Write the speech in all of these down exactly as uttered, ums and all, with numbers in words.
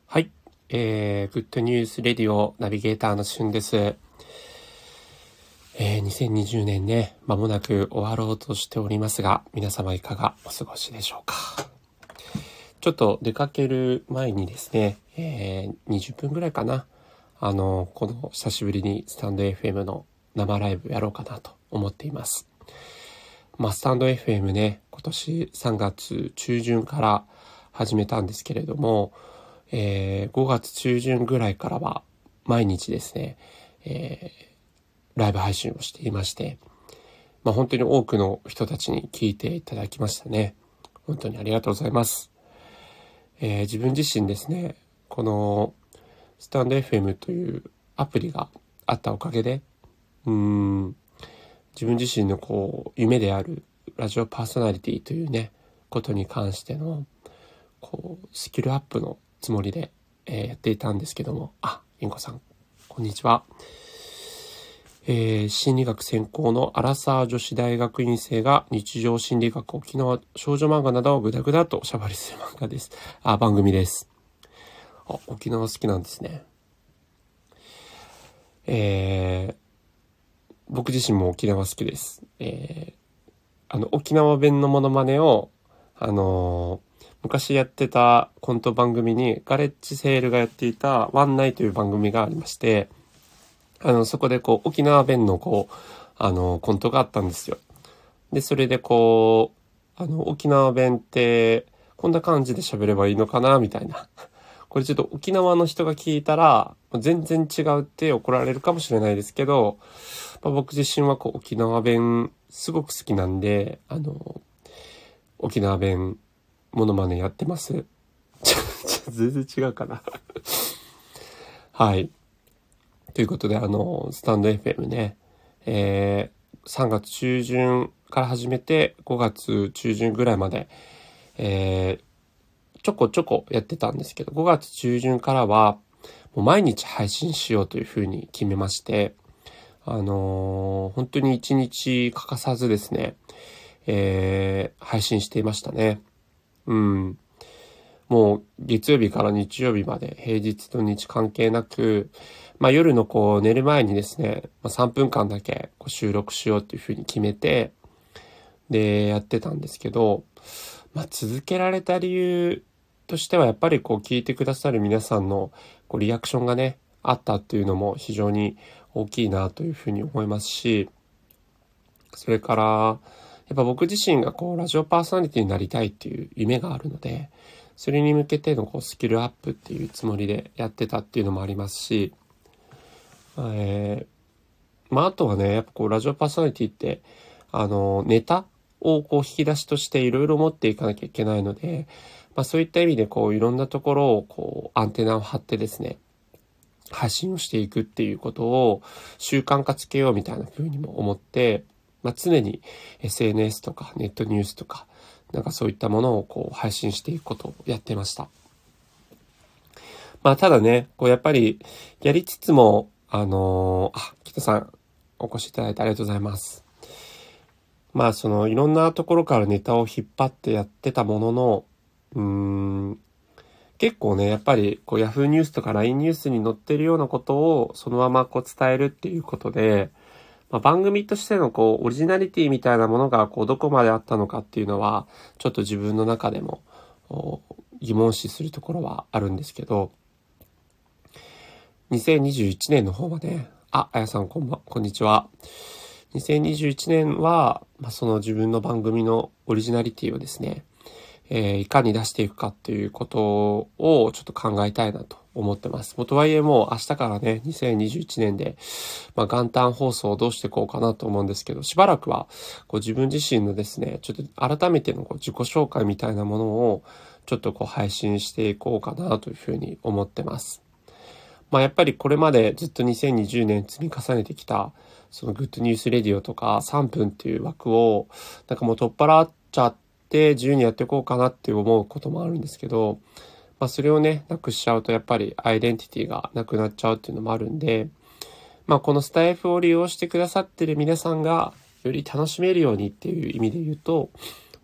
はい、えー、グッドニュースレディオナビゲーターのしゅんです。えー、にせんにじゅうねんね、間もなく終わろうとしておりますが、皆様いかがお過ごしでしょうか。ちょっと出かける前にですね、えー、にじゅっぷんぐらいかな、あの、この久しぶりにスタンド エフエム の生ライブやろうかなと思っています。まあ、スタンド エフエム ね、今年さんがつちゅうじゅんから始めたんですけれども、えー、ごがつちゅうじゅんぐらいからは毎日ですね、えー、ライブ配信をしていまして、まあ、本当に多くの人たちに聞いていただきましたね。本当にありがとうございます。えー、自分自身ですね、このスタンド エフエム というアプリがあったおかげで、うーん、自分自身のこう夢であるラジオパーソナリティというね、ことに関してのこうスキルアップのつもりで、えー、やっていたんですけども、あ、インコさん、こんにちは。えー、心理学専攻のアラサー女子大学院生が日常心理学、沖縄少女漫画などをグダグダとおしゃべりする漫画です。あ、番組です。あ、沖縄好きなんですね。えー、僕自身も沖縄好きです。えー、あの、沖縄弁のモノマネを、あのー昔やってたコント番組にガレッジセールがやっていたワンナイという番組がありまして、あの、そこでこう、沖縄弁のこう、あの、コントがあったんですよ。で、それでこう、あの、沖縄弁って、こんな感じで喋ればいいのかな、みたいな。これちょっと沖縄の人が聞いたら、全然違うって怒られるかもしれないですけど、まあ、僕自身はこう、沖縄弁すごく好きなんで、あの、沖縄弁モノマネやってます。ちょ、ちょ、全然違うかな。はい。ということで、あの、スタンド エフエム ね、えー、さんがつちゅうじゅんから始めて、ごがつちゅうじゅんぐらいまで、えー、ちょこちょこやってたんですけど、ごがつちゅうじゅんからは、もう毎日配信しようというふうに決めまして、あのー、本当に一日欠かさずですね、えー、配信していましたね。うん。もう月曜日から日曜日まで平日と日関係なく、まあ夜のこう寝る前にですね、まあ、さんぷんかんだけこう収録しようっていうふうに決めて、で、やってたんですけど、まあ続けられた理由としてはやっぱりこう聞いてくださる皆さんのこうリアクションがね、あったっていうのも非常に大きいなというふうに思いますし、それから、やっぱ僕自身がこうラジオパーソナリティになりたいっていう夢があるので、それに向けてのこうスキルアップっていうつもりでやってたっていうのもありますし、えー、まああとはね、やっぱこうラジオパーソナリティって、あの、ネタをこう引き出しとしていろいろ持っていかなきゃいけないので、まあそういった意味でこういろんなところをこうアンテナを張ってですね、発信をしていくっていうことを習慣化つけようみたいな風にも思って、まあ、常に エスエヌエス とかネットニュースとか、なんかそういったものをこう配信していくことをやってました。まあただね、こうやっぱりやりつつも、あのー、あ、北さんお越しいただいてありがとうございます。まあそのいろんなところからネタを引っ張ってやってたものの、うーん、結構ね、やっぱりこう Yahoo ニュースとか ライン ニュースに載ってるようなことをそのままこう伝えるっていうことで、まあ、番組としてのこうオリジナリティみたいなものがこうどこまであったのかっていうのはちょっと自分の中でも疑問視するところはあるんですけど、にせんにじゅういちねんの方はね、あ、あやさんこんば、こんにちは。にせんにじゅういちねんは、まあ、その自分の番組のオリジナリティをですね、えー、いかに出していくかっていうことをちょっと考えたいなと思ってます。もうとはいえもう明日からね、にせんにじゅういちねんで、まあ、元旦放送をどうしていこうかなと思うんですけど、しばらくはこう自分自身のですね、ちょっと改めてのこう自己紹介みたいなものをちょっとこう配信していこうかなというふうに思ってます。まあやっぱりこれまでずっとにせんにじゅうねん積み重ねてきたそのグッドニュースレディオとかさんぷんっていう枠をなんかもう取っ払っちゃって自由にやっていこうかなって思うこともあるんですけど、まあそれをね、なくしちゃうとやっぱりアイデンティティがなくなっちゃうっていうのもあるんで、まあこのスタイフを利用してくださってる皆さんがより楽しめるようにっていう意味で言うと、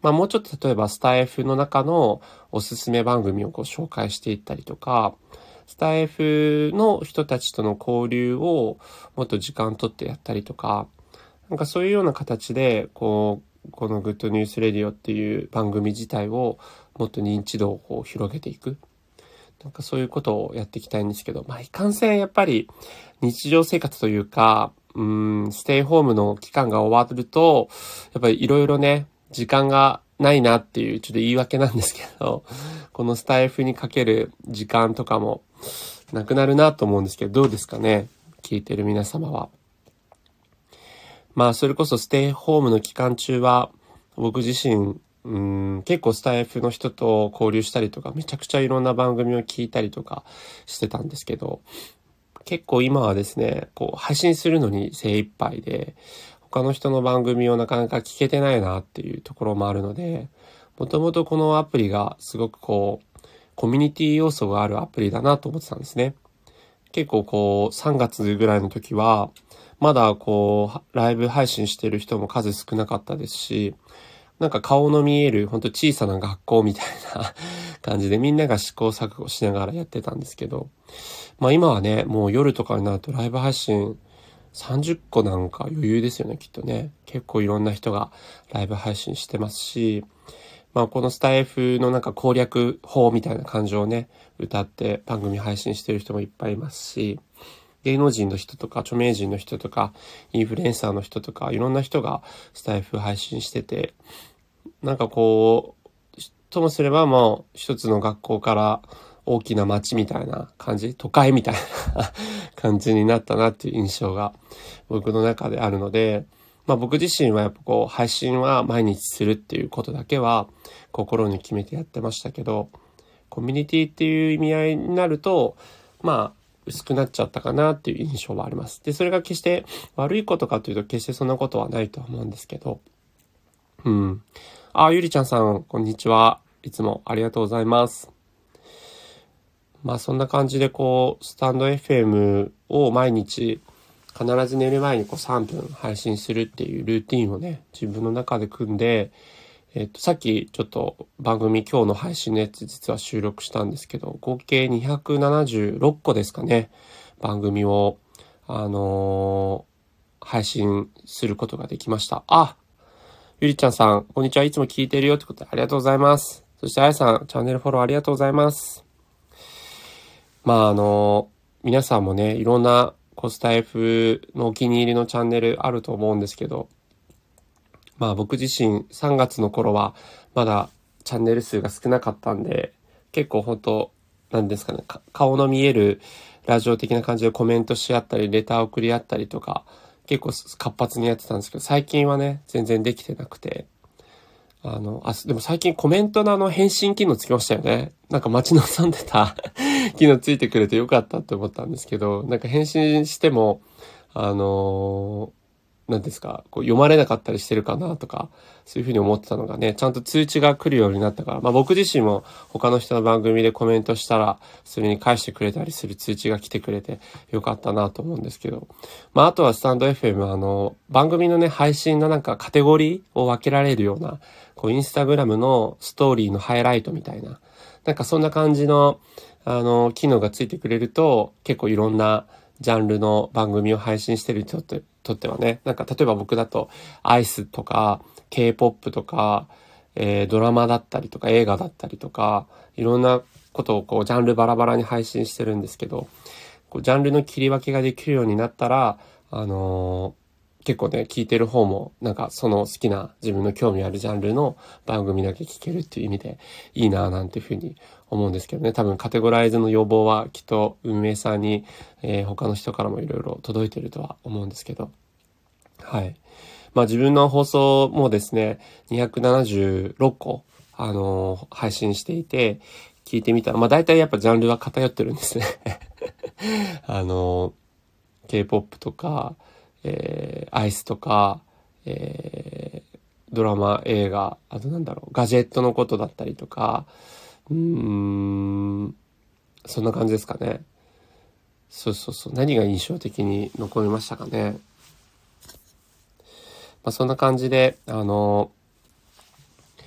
まあもうちょっと例えばスタイフの中のおすすめ番組をこう紹介していったりとか、スタイフの人たちとの交流をもっと時間取ってやったりとか、なんかそういうような形で、こう、このグッドニュースレディオっていう番組自体をもっと認知度をこう広げていく。なんかそういうことをやっていきたいんですけど、まあいかんせんやっぱり日常生活というか、うーん、ステイホームの期間が終わると、やっぱりいろいろね、時間がないなっていうちょっと言い訳なんですけど、このスタイフにかける時間とかもなくなるなと思うんですけど、どうですかね、聞いてる皆様は。まあそれこそステイホームの期間中は僕自身うーん結構スタイフの人と交流したりとか、めちゃくちゃいろんな番組を聞いたりとかしてたんですけど、結構今はですね、こう配信するのに精一杯で、他の人の番組をなかなか聞けてないなっていうところもあるので、もともとこのアプリがすごくこう、コミュニティ要素があるアプリだなと思ってたんですね。結構こう、さんがつぐらいの時は、まだこう、ライブ配信してる人も数少なかったですし、なんか顔の見えるほんと小さな学校みたいな感じでみんなが試行錯誤しながらやってたんですけど、まあ今はね、もう夜とかになるとライブ配信さんじゅっこなんか余裕ですよね、きっとね。結構いろんな人がライブ配信してますし、まあこのスタイフのなんか攻略法みたいな感情をね、歌って番組配信してる人もいっぱいいますし、芸能人の人とか著名人の人とかインフルエンサーの人とかいろんな人がスタイフ配信してて、なんかこう、ともすればもう一つの学校から大きな街みたいな感じ、都会みたいな感じになったなっていう印象が僕の中であるので、まあ僕自身はやっぱこう配信は毎日するっていうことだけは心に決めてやってましたけど、コミュニティっていう意味合いになると、まあ薄くなっちゃったかなっていう印象はあります。で、それが決して悪いことかというと決してそんなことはないと思うんですけど、うん。あ、ゆりちゃんさん、こんにちは。いつもありがとうございます。まあそんな感じでこう、スタンド エフエム を毎日必ず寝る前にこうさんぷん配信するっていうルーティンをね、自分の中で組んで、えっと、さっきちょっと番組今日の配信のやつ実は収録したんですけど、合計にひゃくななじゅうろっこですかね、番組を、あのー、配信することができました。あ、ゆりちゃんさん、こんにちは。いつも聞いてるよってことでありがとうございます。そしてあやさん、チャンネルフォローありがとうございます。まああの、皆さんもね、いろんなコスタイフのお気に入りのチャンネルあると思うんですけど、まあ僕自身さんがつの頃はまだチャンネル数が少なかったんで、結構本当なんですかね、顔の見えるラジオ的な感じでコメントし合ったり、レター送り合ったりとか、結構活発にやってたんですけど、最近はね、全然できてなくて、あの、あ、でも最近コメントのあの返信機能つきましたよね。なんか待ち望んでた機能ついてくれてよかったって思ったんですけど、なんか返信しても、あのー何ですか、こう読まれなかったりしてるかなとか、そういうふうに思ってたのがね、ちゃんと通知が来るようになったから、まあ僕自身も他の人の番組でコメントしたら、それに返してくれたりする通知が来てくれてよかったなと思うんですけど、まああとはスタンド エフエム あの、番組のね、配信のなんかカテゴリーを分けられるような、こうインスタグラムのストーリーのハイライトみたいな、なんかそんな感じの、あの、機能がついてくれると、結構いろんなジャンルの番組を配信してる人って、とってはね、なんか例えば僕だとアイスとか K-ポップ とか、えー、ドラマだったりとか映画だったりとか、いろんなことをこうジャンルバラバラに配信してるんですけど、こうジャンルの切り分けができるようになったら、あのー、結構ね、聞いてる方もなんかその好きな自分の興味あるジャンルの番組だけ聞けるっていう意味でいいなぁなんていうふうに思うんですけどね。多分カテゴライズの要望はきっと運営さんに、えー、他の人からもいろいろ届いてるとは思うんですけど。はい。まあ自分の放送もですね、にひゃくななじゅうろっこ、あのー、配信していて、聞いてみたら、まあ大体やっぱジャンルは偏ってるんですね。あのー、K-ポップ とか、えー、アイスとか、えー、ドラマ、映画、あとなんだろう、ガジェットのことだったりとか、うーん、そんな感じですかね。そうそうそう。何が印象的に残りましたかね。まあ、そんな感じで、あの、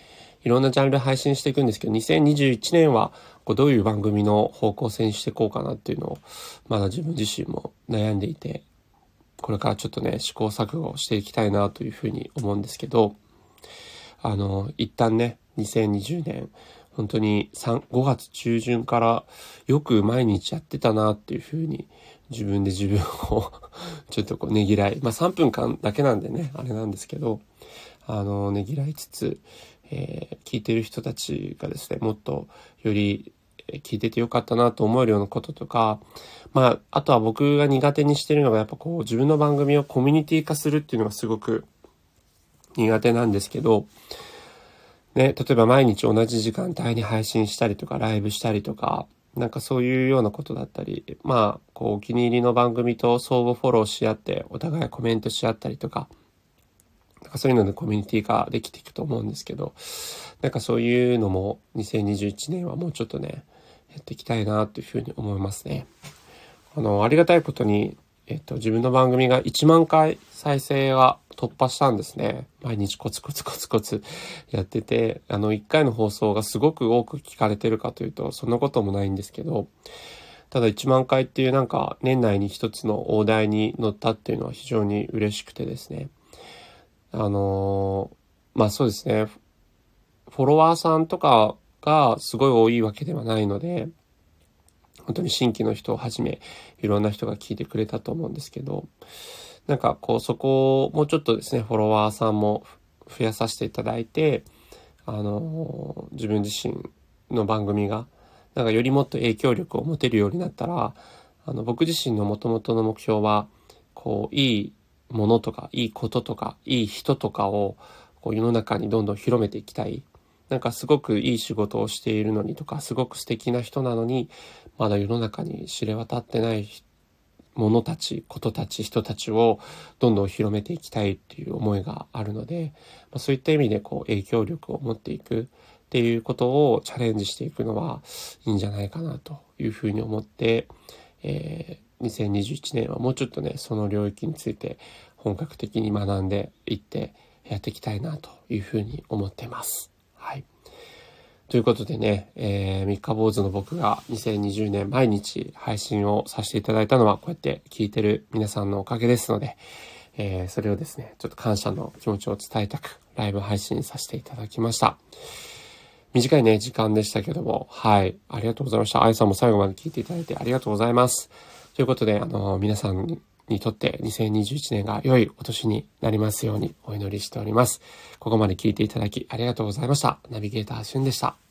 いろんなジャンル配信していくんですけど、にせんにじゅういちねんはこうどういう番組の方向性にしていこうかなっていうのを、まだ自分自身も悩んでいて、これからちょっとね、試行錯誤していきたいなというふうに思うんですけど、あの、一旦ね、にせんにじゅうねん、本当にごがつ中旬からよく毎日やってたなっていうふうに自分で自分をちょっとこうねぎらい、まあさんぷんかんだけなんでね、あれなんですけど、あの、ねぎらいつつ、えー、聞いてる人たちがですね、もっとより聞いててよかったなと思えるようなこととか、まあ、あとは僕が苦手にしてるのがやっぱこう自分の番組をコミュニティ化するっていうのがすごく苦手なんですけど、ね、例えば毎日同じ時間帯に配信したりとかライブしたりとか、なんかそういうようなことだったり、まあ、こうお気に入りの番組と相互フォローし合ってお互いコメントし合ったりとか、なんかそういうのでコミュニティができていくと思うんですけど、なんかそういうのもにせんにじゅういちねんはもうちょっとね、やっていきたいなというふうに思いますね。あの、ありがたいことに、えっと、自分の番組がいちまんかい再生が突破したんですね。毎日コツコツコツコツやってて、あの、いっかいの放送がすごく多く聞かれてるかというと、そんなこともないんですけど、ただいちまんかいっていうなんか年内に一つの大台に乗ったっていうのは非常に嬉しくてですね。あのー、まあそうですね。フォロワーさんとかがすごい多いわけではないので、本当に新規の人をはじめ、いろんな人が聞いてくれたと思うんですけど、なんかこうそこをもうちょっとですね、フォロワーさんも増やさせていただいて、あの、自分自身の番組が、なんかよりもっと影響力を持てるようになったら、あの、僕自身の元々の目標は、こう、いいものとか、いいこととか、いい人とかを、こう世の中にどんどん広めていきたい。なんかすごくいい仕事をしているのにとか、すごく素敵な人なのに、まだ世の中に知れ渡ってないものたち、ことたち、人たちをどんどん広めていきたいっていう思いがあるので、まあ、そういった意味でこう影響力を持っていくっていうことをチャレンジしていくのはいいんじゃないかなというふうに思って、えー、にせんにじゅういちねんはもうちょっとね、その領域について本格的に学んでいってやっていきたいなというふうに思っています。はい。ということでね、えー、三日坊主の僕がにせんにじゅうねん毎日配信をさせていただいたのはこうやって聞いてる皆さんのおかげですので、えー、それをですね、ちょっと感謝の気持ちを伝えたくライブ配信させていただきました。短いね、時間でしたけども、はい、ありがとうございました。あやさんも最後まで聞いていただいてありがとうございます。ということで、あの、皆さんにとってにせんにじゅういちねんが良いお年になりますようにお祈りしております。ここまで聞いていただきありがとうございました。ナビゲーターしゅんでした。